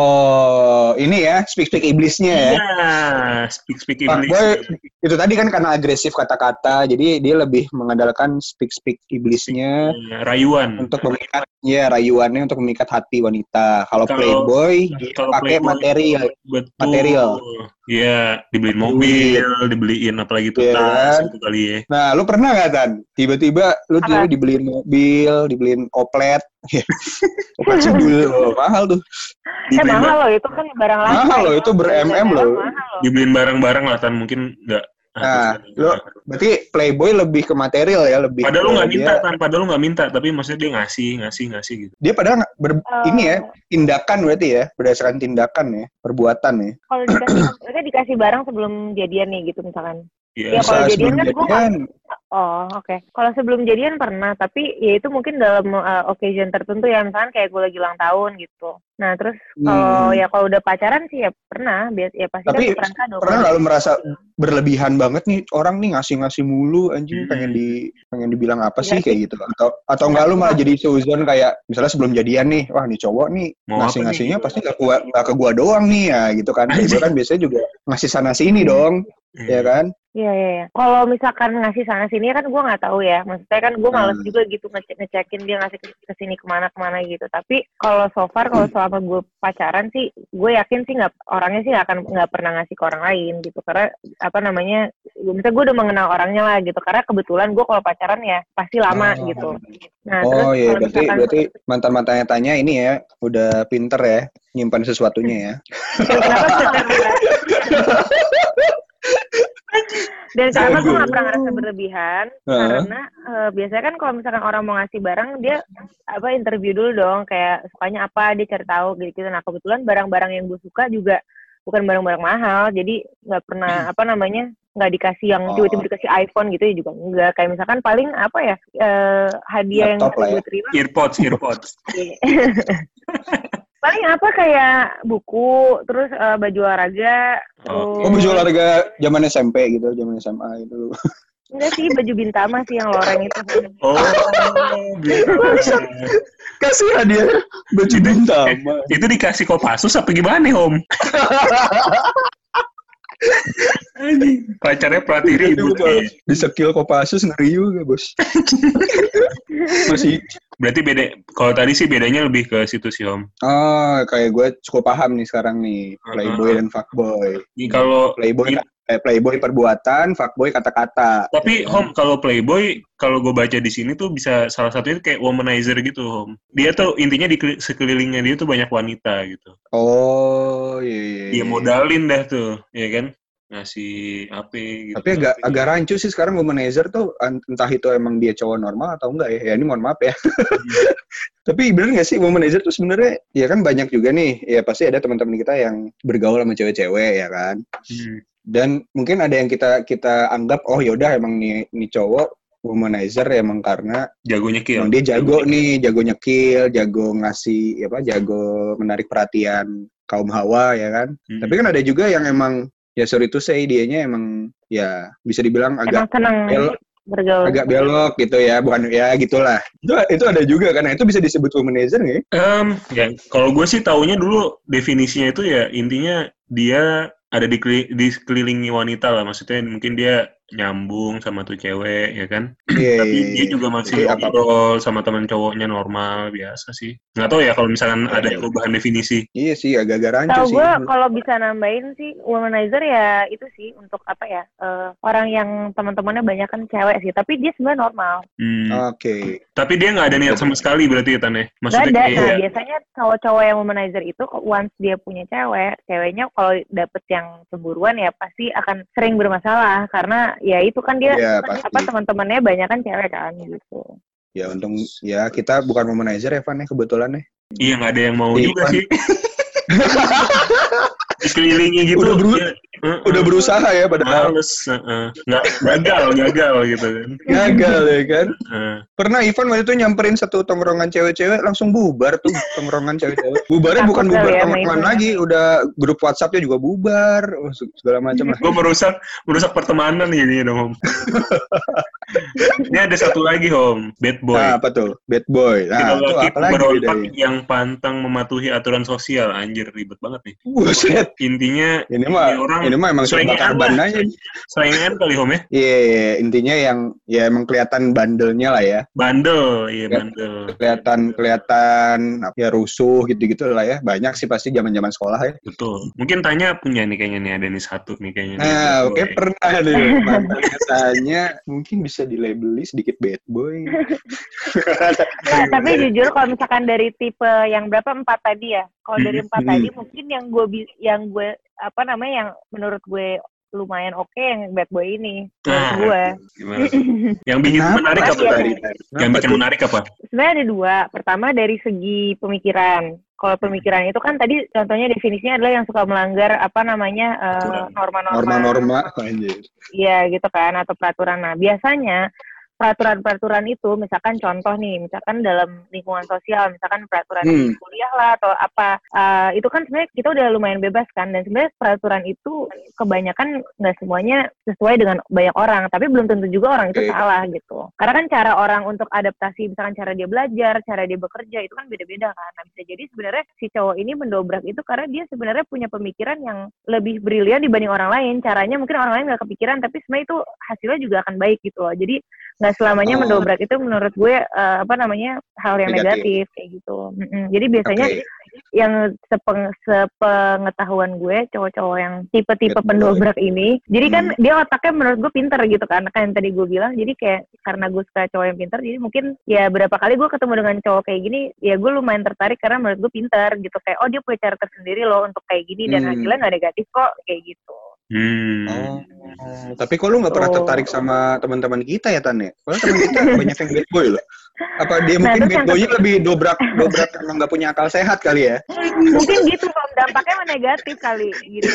Oh, ini ya speak speak iblisnya ya? Iya, speak speak iblis. Boy, itu tadi kan karena agresif kata-kata, jadi dia lebih mengandalkan speak speak iblisnya, rayuan untuk memikat, ya rayuannya untuk memikat hati wanita. Kalau Playboy dia pakai material. Betul. Material. Iya, dibeliin mobil, dibeliin apalagi tuh yeah, tas gitu kali ya. Nah, lu pernah nggak Tan? Tiba-tiba lu jadi dibeliin mobil, dibeliin oplet. Oplet sedul, oh, mahal tuh. Eh mahal loh, itu kan barang langka. Mahal loh, itu ber-M M loh. Dibeliin barang-barang lah Tan, mungkin nggak. Nah, lo berarti Playboy lebih ke material ya, lebih. Padahal lu nggak minta, kan? Padahal lu nggak minta, tapi maksudnya dia ngasih, ngasih, ngasih gitu. Dia padahal ber, uh, ini ya, tindakan berarti ya, berdasarkan tindakan ya, perbuatan ya. Kalau dikasih, mereka dikasih barang sebelum jadian nih gitu misalkan. Yeah. Ya kalau jadian kan gue kan. Oh oke. Okay. Kalau sebelum jadian pernah, tapi ya itu mungkin dalam uh, occasion tertentu ya, misalkan kayak gue lagi ulang tahun gitu. Nah terus kalau hmm. ya kalau udah pacaran sih ya pernah, bias ya pasti. Tapi kan kado, pernah nggak lu merasa berlebihan banget nih orang nih ngasih-ngasih mulu anjing, hmm. pengen di pengen dibilang apa sih ya, kayak gitu, atau atau nggak lu malah jadi seuzon kayak misalnya sebelum jadian nih, wah nih cowok nih mau ngasih-ngasihnya pasti nggak gua nggak ke gua doang nih ya gitu kan. Itu kan biasanya juga ngasih sana sini dong. Hmm. Ya kan? Iya, iya, iya. Kalau misalkan ngasih sana sini kan gue nggak tahu ya. Maksudnya kan gue males hmm. juga gitu ngecek ngecekin dia ngasih ke sini kemana-kemana gitu. Tapi kalau so far, kalau selama gue pacaran sih, gue yakin sih nggak orangnya sih nggak akan nggak pernah ngasih ke orang lain gitu. Karena apa namanya, misalnya gue udah mengenal orangnya lah gitu. Karena kebetulan gue kalau pacaran ya pasti lama oh. gitu. Nah, oh terus iya, berarti misalkan, berarti mantan-mantannya tanya ini ya, udah pinter ya, nyimpan sesuatunya ya. Dan karena gue gak pernah ngerasa berlebihan, uh-huh. karena uh, biasanya kan kalau misalkan orang mau ngasih barang, dia apa interview dulu dong, kayak sukanya apa, dia cari tahu gitu-gitu. Nah kebetulan barang-barang yang gue suka juga bukan barang-barang mahal, jadi gak pernah apa namanya, gak dikasih yang tiba-tiba dikasih iPhone gitu ya juga enggak. Kayak misalkan paling apa ya, uh, hadiah laptop yang gue terima. Earpods, earpods. Paling apa kayak buku, terus uh, baju olahraga. Oh, terus... oh baju olahraga zaman S M P gitu, zaman S M A gitu. Enggak sih, baju Bintama sih yang loreng itu. Oh, Bintama. Kasih hadiah baju Bintama. Eh, itu dikasih Kopassus apa gimana, Om? Pacarnya pelatih ribut. Di skill Kopassus ngeri juga, Bos. Masih. Berarti beda, kalau tadi sih bedanya lebih ke situ sih Om. Oh, kayak gue cukup paham nih sekarang nih, Playboy uh-huh. dan Fuckboy. Kalau Playboy kan Eh, playboy perbuatan, fuckboy kata-kata. Tapi ya. Hom, kalau playboy, kalau gue baca di sini tuh bisa salah satunya kayak womanizer gitu, Hom. Dia tuh intinya di sekelilingnya dia tuh banyak wanita gitu. Oh, iya iya. Dia modalin dah tuh, ya kan? Ngasih H P gitu. Tapi agak agak rancu sih sekarang womanizer tuh, entah itu emang dia cowok normal atau enggak ya. Ya ini mohon maaf ya. Hmm. Tapi bener nggak sih womanizer tuh sebenarnya ya kan banyak juga nih, ya pasti ada teman-teman kita yang bergaul sama cewek-cewek ya kan. Hmm. Dan mungkin ada yang kita kita anggap oh yaudah emang nih nih cowok womanizer emang karena jago nyekil. Emang dia jago nih, jago nyekil, jago ngasih apa, jago menarik perhatian kaum hawa ya kan. Hmm. Tapi kan ada juga yang emang ya sorry to say dianya emang ya bisa dibilang agak belok, bergaul. Agak belok gitu ya, bukan ya gitulah. Itu itu ada juga kan, itu bisa disebut womanizer nggak? Um, ya kalau gue sih taunya dulu definisinya itu ya intinya dia ada di, di sekelilingi wanita lah, maksudnya mungkin dia nyambung sama tuh cewek ya kan, yeah, tapi yeah, dia juga masih yeah, ngobrol sama teman cowoknya normal biasa sih. Nggak tahu ya kalau misalkan yeah, ada yeah. perubahan definisi. Iya sih agak-agak rancu Tau sih. Tahu gue kalau bisa nambahin sih womanizer ya itu sih untuk apa ya uh, orang yang teman-temannya banyak kan cewek sih, tapi dia sebenarnya normal. Hmm. Oke. Okay. Tapi dia nggak ada niat sama sekali berarti ya Tan ya? Maksudnya gak ada. Kayak... Nah biasanya cowok-cowok yang womanizer itu once dia punya cewek, ceweknya kalau dapet yang cemburuan ya pasti akan sering bermasalah karena ya itu kan dia ya, kan, apa teman-temannya banyak kan cewek kan gitu. Ya untung ya kita bukan womanizer ya Van ya kebetulan ya. Iya nggak ada yang mau iya, juga Van. Sih. Di sekelilingnya gitu. Udah, beru- ya, uh, udah berusaha ya padahal. Males, uh, uh. Nggak, gagal, gagal gitu kan. Gagal ya kan. Uh. Pernah Ivan waktu itu nyamperin satu tongkrongan cewek-cewek langsung bubar tuh tongkrongan cewek-cewek. Bubarnya bukan bubar ya, tongkrongan lagi, udah grup WhatsApp-nya juga bubar, segala macam lah. Gue merusak, merusak pertemanan jadinya dong Om. Ini ada satu lagi Om, bad boy. Nah, apa tuh? Bad boy. Nah, itu apa lagi bedanya? Yang pantang mematuhi aturan sosial, anjir ribet banget nih. Buset. Intinya ini mah orang ini mah emang selengean aja. Selengean kali Om ya? Iya, yeah, yeah. Intinya yang ya emang kelihatan bandelnya lah ya. Bandel, iya bandel. Kelihatan kelihatan ya rusuh gitu-gitu lah ya. Banyak sih pasti zaman-zaman sekolah ya. Betul. Mungkin Tanya punya nih kayaknya nih ada nih satu nih kayaknya. Nah, oke okay, pernah nih. Mantannya Tanya mungkin bisa dilabeli sedikit bad boy. Nah, tapi jujur kalau misalkan dari tipe yang berapa empat tadi ya. Kalau dari empat hmm. tadi mungkin yang gue yang gue apa namanya yang menurut gue lumayan oke okay, yang bad boy ini menurut nah, gue. Yang bikin Kenapa? menarik apa tadi? Yang bikin menarik apa? Sebenarnya ada dua. Pertama dari segi pemikiran. Kalau pemikiran itu kan tadi contohnya definisinya adalah yang suka melanggar apa namanya uh, norma-norma. Norma-norma. Iya gitu kan atau peraturan. Nah biasanya peraturan-peraturan itu, misalkan contoh nih, misalkan dalam lingkungan sosial, misalkan peraturan hmm. kuliah lah atau apa, uh, itu kan sebenarnya kita udah lumayan bebas kan, dan sebenarnya peraturan itu kebanyakan nggak semuanya sesuai dengan banyak orang, tapi belum tentu juga orang itu okay. salah gitu. Karena kan cara orang untuk adaptasi, misalkan cara dia belajar, cara dia bekerja, itu kan beda-beda kan. Nah, bisa jadi sebenarnya si cowok ini mendobrak itu karena dia sebenarnya punya pemikiran yang lebih brilian dibanding orang lain. Caranya mungkin orang lain nggak kepikiran, tapi sebenarnya itu hasilnya juga akan baik gitu loh. Jadi nggak selamanya oh. mendobrak itu menurut gue uh, apa namanya hal yang negatif, negatif kayak gitu. Mm-hmm. Jadi biasanya okay. yang sepeng, sepengetahuan gue cowok-cowok yang tipe-tipe Betul. pendobrak ini, jadi kan hmm. dia otaknya menurut gue pinter gitu kan, kan yang tadi gue bilang. Jadi kayak karena gue suka cowok yang pinter, jadi mungkin ya berapa kali gue ketemu dengan cowok kayak gini, ya gue lumayan tertarik karena menurut gue pinter gitu. Kayak oh dia punya cara tersendiri loh untuk kayak gini dan hmm. hasilnya nggak negatif kok kayak gitu. Hmm. Oh, tapi kok lu nggak pernah tertarik sama teman-teman kita ya Tan ya? Kalau teman kita banyak yang bad boy loh. Apa dia nah, mungkin bad boynya lebih dobrak dobrak karena nggak punya akal sehat kali ya? Mungkin gitu Om, dampaknya mah negatif kali gitu.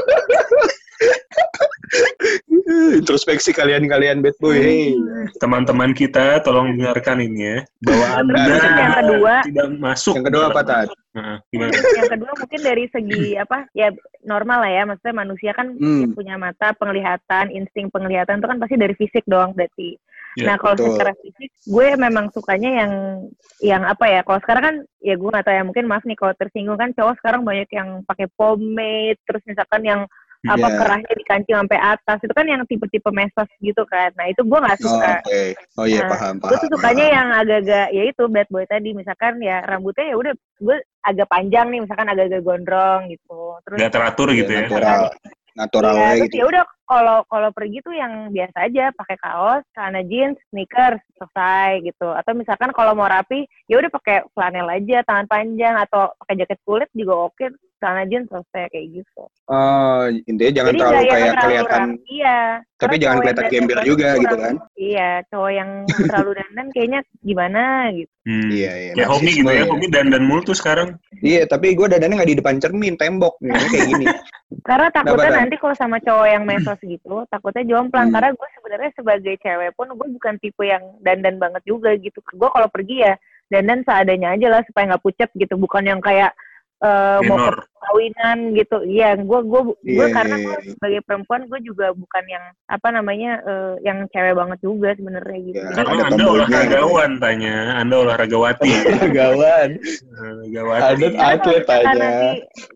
Introspeksi kalian-kalian bad boy. Hey. Teman-teman kita tolong dengarkan ini ya, bahwa Anda yang kedua tidak masuk. Yang kedua apa Tan? Nah, gimana? Yang kedua mungkin dari segi apa ya normal lah ya, maksudnya manusia kan hmm. punya mata penglihatan, insting penglihatan itu kan pasti dari fisik doang berarti. Ya, nah kalau secara fisik gue memang sukanya yang yang apa ya, kalau sekarang kan ya gue nggak tahu ya, mungkin maaf nih kalau tersinggung kan, cowok sekarang banyak yang pakai pomade, terus misalkan yang apa yeah. kerahnya dikancing sampai atas, itu kan yang tipe-tipe mesos gitu kan. Nah itu gue nggak suka. Oh, okay. oh iya nah, paham paham. Gue tuh sukanya paham. yang agak-agak ya itu bad boy tadi, misalkan ya rambutnya ya udah gue agak panjang nih, misalkan agak-agak gondrong gitu. Terus nggak teratur gitu ya. Natural, natural ya, gitu. Ya udah kalau kalau pergi tuh yang biasa aja, pakai kaos, celana jeans, sneakers, selesai gitu. Atau misalkan kalau mau rapi, ya udah pakai flanel aja, tangan panjang atau pakai jaket kulit juga oke, celana jeans selesai kayak gitu. Oh, intinya jangan Jadi terlalu kayak kayak terlalu kelihatan. rapi, iya. Tapi Karena jangan cowok yang kelihatan dandan gembel banget juga kurang- gitu kan. Iya, cowok yang terlalu dandan kayaknya gimana gitu. Hmm. Iya, iya. Kayak hobi gitu ya, Narsisme, hobi dandan mulu tuh sekarang. Iya, tapi gue dandannya nggak di depan cermin, tembok, nih kayak gini. Karena takutnya Tan? nanti kalau sama cowok yang mesos gitu, takutnya jomplang. Hmm. Karena gue sebenarnya sebagai cewek pun gue bukan tipe yang dandan banget juga gitu. Gue kalau pergi ya dandan seadanya aja lah supaya nggak pucet gitu. Bukan yang kayak uh, mau Menor. perkawinan gitu. Iya, gue gue gue Iya, karena iya, gue iya. sebagai perempuan gue juga bukan yang apa namanya uh, yang cewek banget juga sebenarnya gitu. Ya, Jadi Karena ada Anda tombolnya olahragawan tanya, Anda olahragawati. Gawan. Olahragawati. Ada Karena kalau atlet misalkan aja. nanti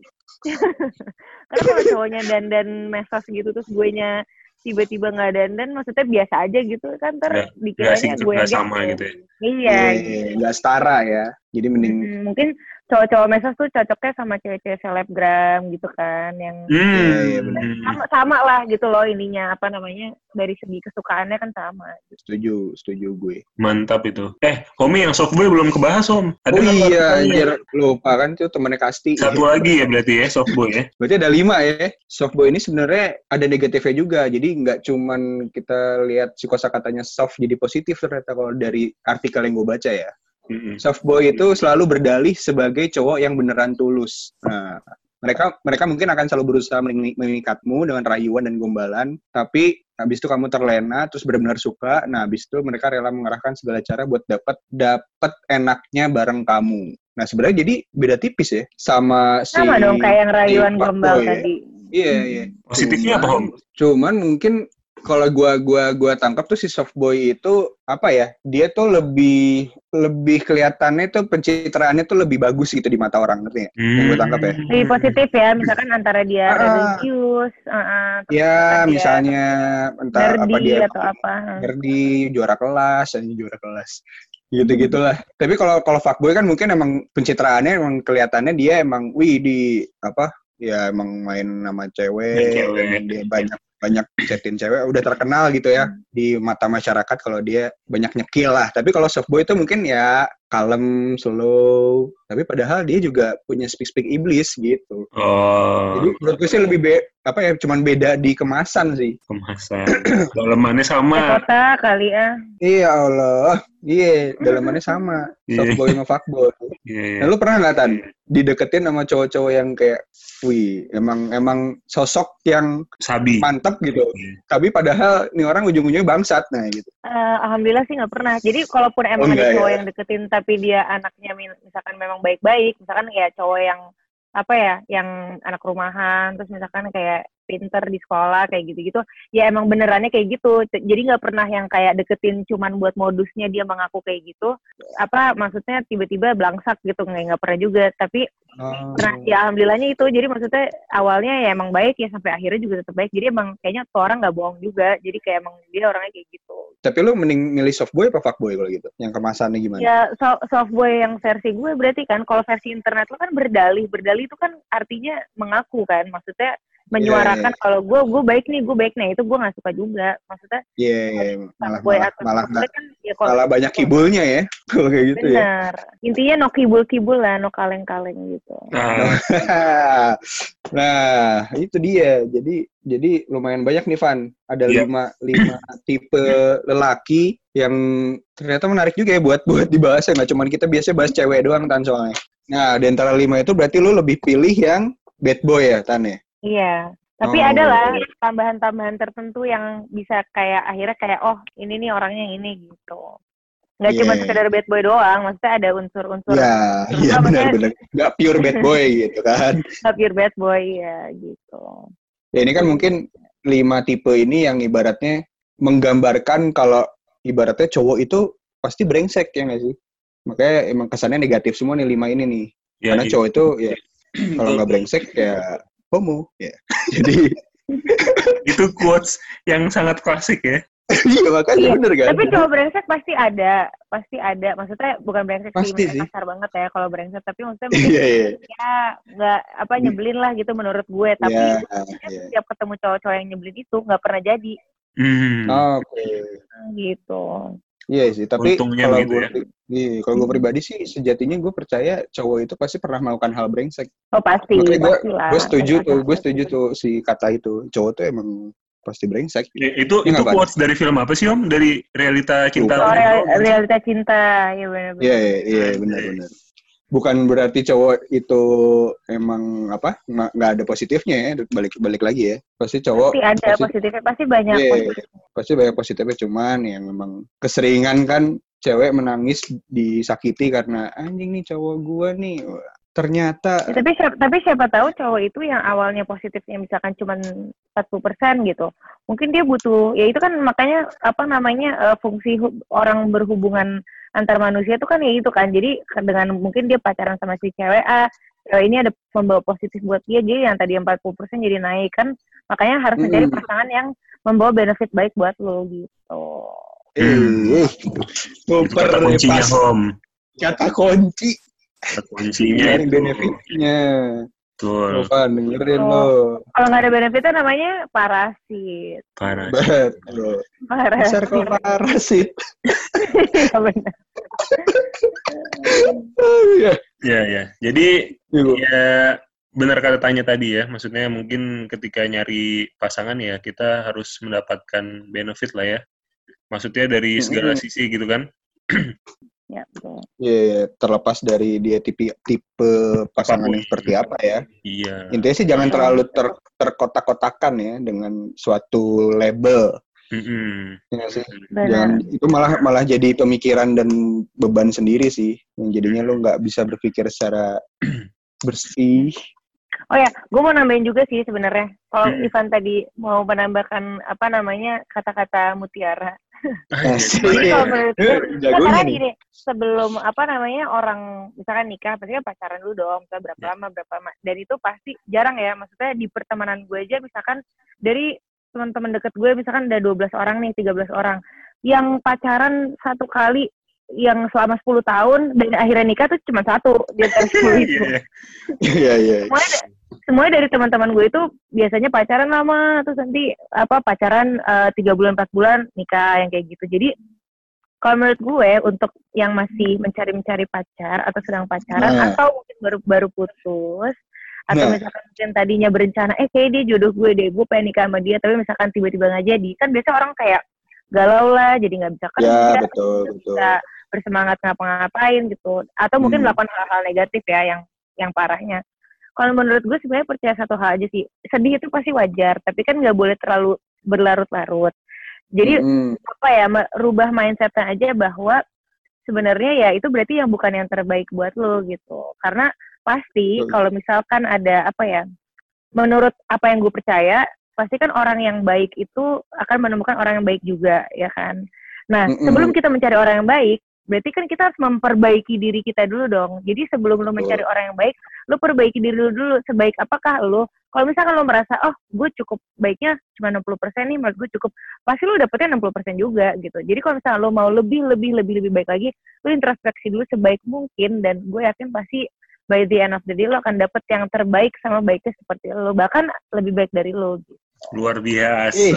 karena kalau cowoknya dandan mesos gitu terus gue nya tiba-tiba nggak dandan, maksudnya biasa aja gitu kan, ntar Nggak- dikiranya nggak sing- gue yang nggak sama gembel. gitu ya. Iya, Iya, gitu. nggak setara ya. Jadi mending Mm-mm. Mungkin cowok-cowok mesos tuh cocoknya sama cewek-cewek selebgram gitu kan, yang Hmm. Iya, iya, benar. sama sama lah gitu loh ininya, apa namanya, dari segi kesukaannya kan sama. setuju, setuju gue. Mantap itu. Eh, Homi yang softboy belum kebahas, Om. Ada Oh nggak iya, pertanyaannya? anjir. Lupa kan tuh temennya Kasti. Satu lagi ya berarti ya, softboy ya. Berarti ada lima ya. Softboy ini sebenarnya ada negatifnya juga. Jadi nggak cuman kita lihat si kosakatanya soft jadi positif ternyata kalau dari artikel yang gue baca ya. Mm-mm. Softboy itu selalu berdalih sebagai cowok yang beneran tulus. Nah, mereka mereka mungkin akan selalu berusaha menging- mengikatmu dengan rayuan dan gombalan, tapi habis itu kamu terlena terus benar-benar suka. Nah, habis itu mereka rela mengerahkan segala cara buat dapat dapat enaknya bareng kamu. Nah, sebenarnya jadi beda tipis ya sama si Sama dong kayak yang rayuan si gombal fuckboy ya. tadi. Iya, iya. Positifnya apa, Om? Cuman mungkin kalau gua gua gua tangkap tuh si softboy itu apa ya? Dia tuh lebih lebih kelihatannya tuh pencitraannya tuh lebih bagus gitu di mata orang, ngerti nggak? Yang gue tangkap ya. Lebih positif ya, misalkan antara dia Ah. religius, uh, uh, terus Ya, misalkan dia misalnya entah apa nerdy dia atau apa. nerdy, juara kelas, anjing juara kelas. Gitu-gitulah. Tapi kalau kalau fuckboy kan mungkin emang pencitraannya emang kelihatannya dia emang wih di apa? Ya emang main sama cewek, Main cewek. emang dia banyak banyak chatin cewek, udah terkenal gitu ya di mata masyarakat kalau dia banyak nyekil lah. Tapi kalau softboy itu mungkin ya kalem, slow, tapi padahal dia juga punya speak-speak iblis gitu. Oh, Jadi menurut gue sih lebih be- apa ya, cuman beda di kemasan sih. kemasan. Dalemannya sama. Kota kali ya. Iya Allah, iya dalamannya sama, Iya. softboy sama fuckboy. Iya, iya. Nah, lu pernah nggak Tan dideketin sama cowok-cowok yang kayak, wih, emang emang sosok yang Sabi. mantep gitu, Iya. tapi padahal nih orang ujung-ujungnya bangsat, nah gitu. Uh, Alhamdulillah sih nggak pernah. Jadi kalaupun emang Oh, ada enggak cowok ya? yang deketin tapi dia anaknya min- misalkan memang baik-baik, misalkan ya cowok yang apa ya, yang anak rumahan, terus misalkan kayak pinter di sekolah kayak gitu-gitu, ya emang benerannya kayak gitu. C- Jadi nggak pernah yang kayak deketin cuman buat modusnya dia mengaku kayak gitu. Apa maksudnya tiba-tiba belangsak gitu, nggak nggak pernah juga. Tapi Oh. pernah, ya alhamdulillahnya itu. Jadi maksudnya awalnya ya emang baik ya sampai akhirnya juga tetap baik. Jadi emang kayaknya tuh orang nggak bohong juga. Jadi kayak emang dia orangnya kayak gitu. Tapi lu mending milih softboy apa fuckboy kalau gitu? Yang kemasannya gimana? Ya so- softboy yang versi gue berarti kan, kalau versi internet lo kan berdalih, berdalih itu kan artinya mengaku kan, maksudnya menyuarakan kalau gue gue baik nih, gue baik nih, itu gue nggak suka juga. Maksudnya Iya, iya, malah softboy malah atau malah, softboy kan ya kalau malah banyak kibulnya ya kalau kayak gitu ya. benar. Intinya no kibul-kibul lah, no kaleng-kaleng gitu. Nah, Nah, itu dia. Jadi jadi lumayan banyak nih Van. Ada Iya. lima lima tipe lelaki yang ternyata menarik juga ya buat buat dibahas ya. Nggak cuma kita biasa bahas cewek doang Tan soalnya. Nah, di antara lima itu berarti lu lebih pilih yang bad boy ya Tan ya? Iya. Tapi Oh. ada lah tambahan-tambahan tertentu yang bisa kayak akhirnya kayak oh ini nih orangnya yang ini gitu. Nggak cuma Iya. sekedar bad boy doang, maksudnya ada unsur-unsur Ya, Terus iya apa, benar-benar. Nggak pure bad boy gitu kan. nggak pure bad boy ya gitu. Ya ini kan mungkin lima tipe ini yang ibaratnya menggambarkan kalau ibaratnya cowok itu pasti brengsek ya nggak sih? Makanya emang kesannya negatif semua nih lima ini nih. ya, Karena iya. cowok itu ya kalau nggak brengsek ya homo ya. Jadi Itu quotes yang sangat klasik ya. Iya makanya iya. bener kan. Tapi cowok brengsek pasti ada, pasti ada. Maksudnya bukan brengsek pasti sih, sih. kasar banget ya kalau brengsek. Tapi maksudnya mungkin Iya, iya. ya nggak apa nyebelin lah gitu menurut gue. Tapi Iya, maksudnya iya. setiap ketemu cowok-cowok yang nyebelin itu nggak pernah jadi. Hmm. Oke. Gitu. Iya sih, tapi Untungnya kalau begitu gue, ya. iya, kalau gue pribadi sih sejatinya gue percaya cowok itu pasti pernah melakukan hal brengsek. Oh pasti, Makanya gue, pastilah. gue setuju tuh, gue setuju tuh si kata itu, cowok tuh emang pasti brengsek. Ya, itu Ya, itu nggak, quotes dari film apa sih Om? Dari Realita Cinta. Oh, Lupa. real, realita cinta, ya benar-benar. Iya, iya, iya, benar-benar. Bukan berarti cowok itu emang apa nggak nggak ada positifnya ya, balik balik lagi ya. Pasti cowok Pasti ada pasti, positifnya, pasti banyak iya, positifnya. pasti banyak positifnya, cuman yang memang keseringan kan cewek menangis disakiti karena anjing nih cowok gua nih ternyata. Ya, tapi siapa, tapi siapa tahu cowok itu yang awalnya positifnya misalkan cuma empat puluh persen gitu. Mungkin dia butuh, ya itu kan makanya apa namanya uh, fungsi hu- orang berhubungan antar manusia itu kan ya itu kan. Jadi dengan mungkin dia pacaran sama si cewek A, cewek ini ada membawa positif buat dia, jadi yang tadi empat puluh persen jadi naik kan. Makanya harus mencari Hmm. pasangan yang membawa benefit baik buat lo gitu. Eh, Itu kata kuncinya Om. Kata kunci. Kata kuncinya Dari itu. benefitnya. Betul. Coba dengerin Oh. lo. Kalau nggak ada benefitnya namanya parasit. Parah. Betul. Besar Parasit. kok parasit. Iya benar. Iya. Ya ya. Jadi Iya. ya benar kata tanya tadi ya. Maksudnya mungkin ketika nyari pasangan ya kita harus mendapatkan benefit lah ya. Maksudnya dari segala Mm-hmm. sisi gitu kan. Ya, betul. Iya, yeah, terlepas dari dia tipe tipe pasangan Apapun. yang seperti apa ya. Iya. Intinya sih jangan terlalu ter, terkotak-kotakan ya dengan suatu label. Mm-mm. Ya sih. Benar. Jangan, itu malah malah jadi pemikiran dan beban sendiri sih. Yang jadinya lo nggak bisa berpikir secara bersih. Oh ya, gue mau nambahin juga sih sebenarnya. Kalau Hmm. Ivan tadi mau menambahkan apa namanya kata-kata mutiara. Asik. Jadi kalau menurut gue, Jagonya karena nih. gini, sebelum apa namanya orang misalkan nikah, pasti kan pacaran dulu dong, misalnya berapa Ya. lama, berapa lama. Dan itu pasti jarang ya, maksudnya di pertemanan gue aja misalkan dari teman-teman deket gue misalkan ada dua belas orang nih, tiga belas orang. Yang pacaran satu kali yang selama sepuluh tahun dan akhirnya nikah tuh cuma satu di antara sepuluh itu. Iya. Iya, iya. Semuanya, semuanya dari teman-teman gue itu biasanya pacaran lama, terus nanti apa pacaran tiga bulan empat bulan nikah yang kayak gitu. Jadi kalau menurut gue untuk yang masih mencari-mencari pacar atau sedang pacaran Nah. atau mungkin baru baru putus atau Nah. misalkan mungkin tadinya berencana eh kayak dia jodoh gue deh, gue pengen nikah sama dia, tapi misalkan tiba-tiba nggak jadi, kan biasa orang kayak galau lah, jadi nggak bisa kerja, Ya, betul, nggak betul. bisa bersemangat ngapa-ngapain gitu, atau mungkin Hmm. melakukan hal-hal negatif ya yang yang parahnya. Kalau menurut gue sebenarnya percaya satu hal aja sih, sedih itu pasti wajar, tapi kan nggak boleh terlalu berlarut-larut. Jadi Mm-mm. apa ya, merubah mindsetnya aja bahwa sebenarnya ya itu berarti yang bukan yang terbaik buat lo gitu. Karena pasti Betul. kalau misalkan ada apa ya, menurut apa yang gue percaya, pasti kan orang yang baik itu akan menemukan orang yang baik juga, ya kan. Nah, Mm-mm. sebelum kita mencari orang yang baik, berarti kan kita harus memperbaiki diri kita dulu dong. Jadi sebelum lo mencari orang yang baik, lo perbaiki diri lo dulu. Sebaik apakah lo? Kalau misalkan lo merasa, oh gue cukup baiknya cuma enam puluh persen nih, menurut gue cukup, pasti lo dapetnya enam puluh persen juga gitu. Jadi kalau misalkan lo mau lebih, lebih, lebih, lebih baik lagi, lo introspeksi dulu sebaik mungkin, dan gue yakin pasti by the end of the day lo akan dapet yang terbaik sama baiknya seperti lo, bahkan lebih baik dari lo gitu. Luar biasa. Ih.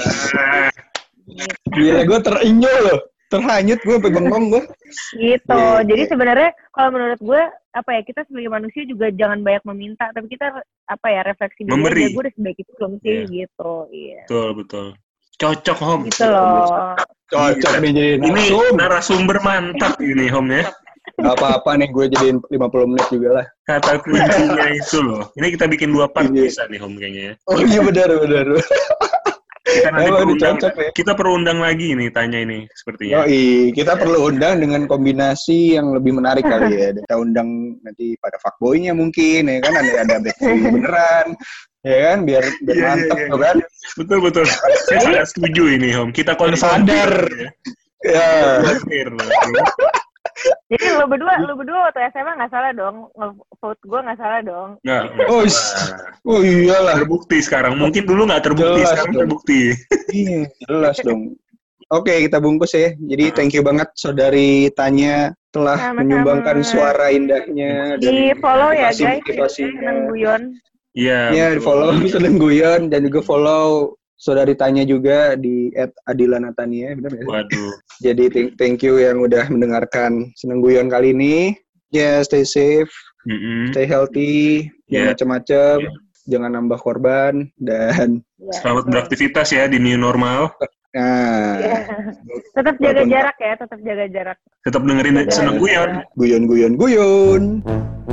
Gitu. Gila, gue terinyo loh. Terhanyut gue, sampai bengong gue. Gitu. Iya, Jadi iya. sebenarnya kalau menurut gue apa ya, kita sebagai manusia juga jangan banyak meminta, tapi kita apa ya, refleksi diri Memberi. aja, gue udah sebaik itu belum sih Iya. gitu. Iya. Betul, betul. Cocok, Om. Gitu loh. Cocok nih jadi Ini narsum. narasumber mantap ini, Om ya. Gak apa-apa nih, gue jadiin lima puluh menit juga lah. Kata kuncinya itu loh. Ini kita bikin dua part Iya. bisa nih, Om, kayaknya ya. Oh iya, benar, benar. Kita nanti Emang perlu ini undang, cocok ya. kita perlu undang lagi nih, tanya ini sepertinya. Yoi, kita perlu undang dengan kombinasi yang lebih menarik kali ya. Kita undang nanti pada fuckboy-nya mungkin, ya kan, ada ada backstreet beneran, ya kan, biar biar Iya, mantep iya, tuh iya. kan. Betul, betul. Saya sangat setuju ini, Om. Kita Sadar. Ya. Konfir. Jadi lo berdua, lo berdua waktu S M A nggak salah dong, nge-vote gue nggak salah dong. Nggak. Oh, is- oh iyalah. Terbukti sekarang. Mungkin dulu nggak terbukti, Jelas sekarang dong. terbukti. Iya, jelas dong. Oke, kita bungkus ya. Jadi thank you banget Saudari Tanya telah Sama-sama. menyumbangkan suara indahnya Di follow ya motivasi guys. motivasinya. Seneng guyon. Iya. Ya, di betul. follow Seneng Guyon dan juga follow Saudari Tanya juga di et adila natania, benar ya? Waduh. Jadi thank, thank you yang udah mendengarkan Seneng Guyon kali ini. Ya, stay safe, Mm-mm. stay healthy, Yeah. jangan macam-macam, Yeah. jangan nambah korban dan Ya, Selamat betul. beraktivitas ya di new normal. nah, Ya. Tetap jaga Walaupun- jarak ya, tetap jaga jarak. Tetap dengerin Jaga Seneng jarak. Guyon. guyon guyon guyon.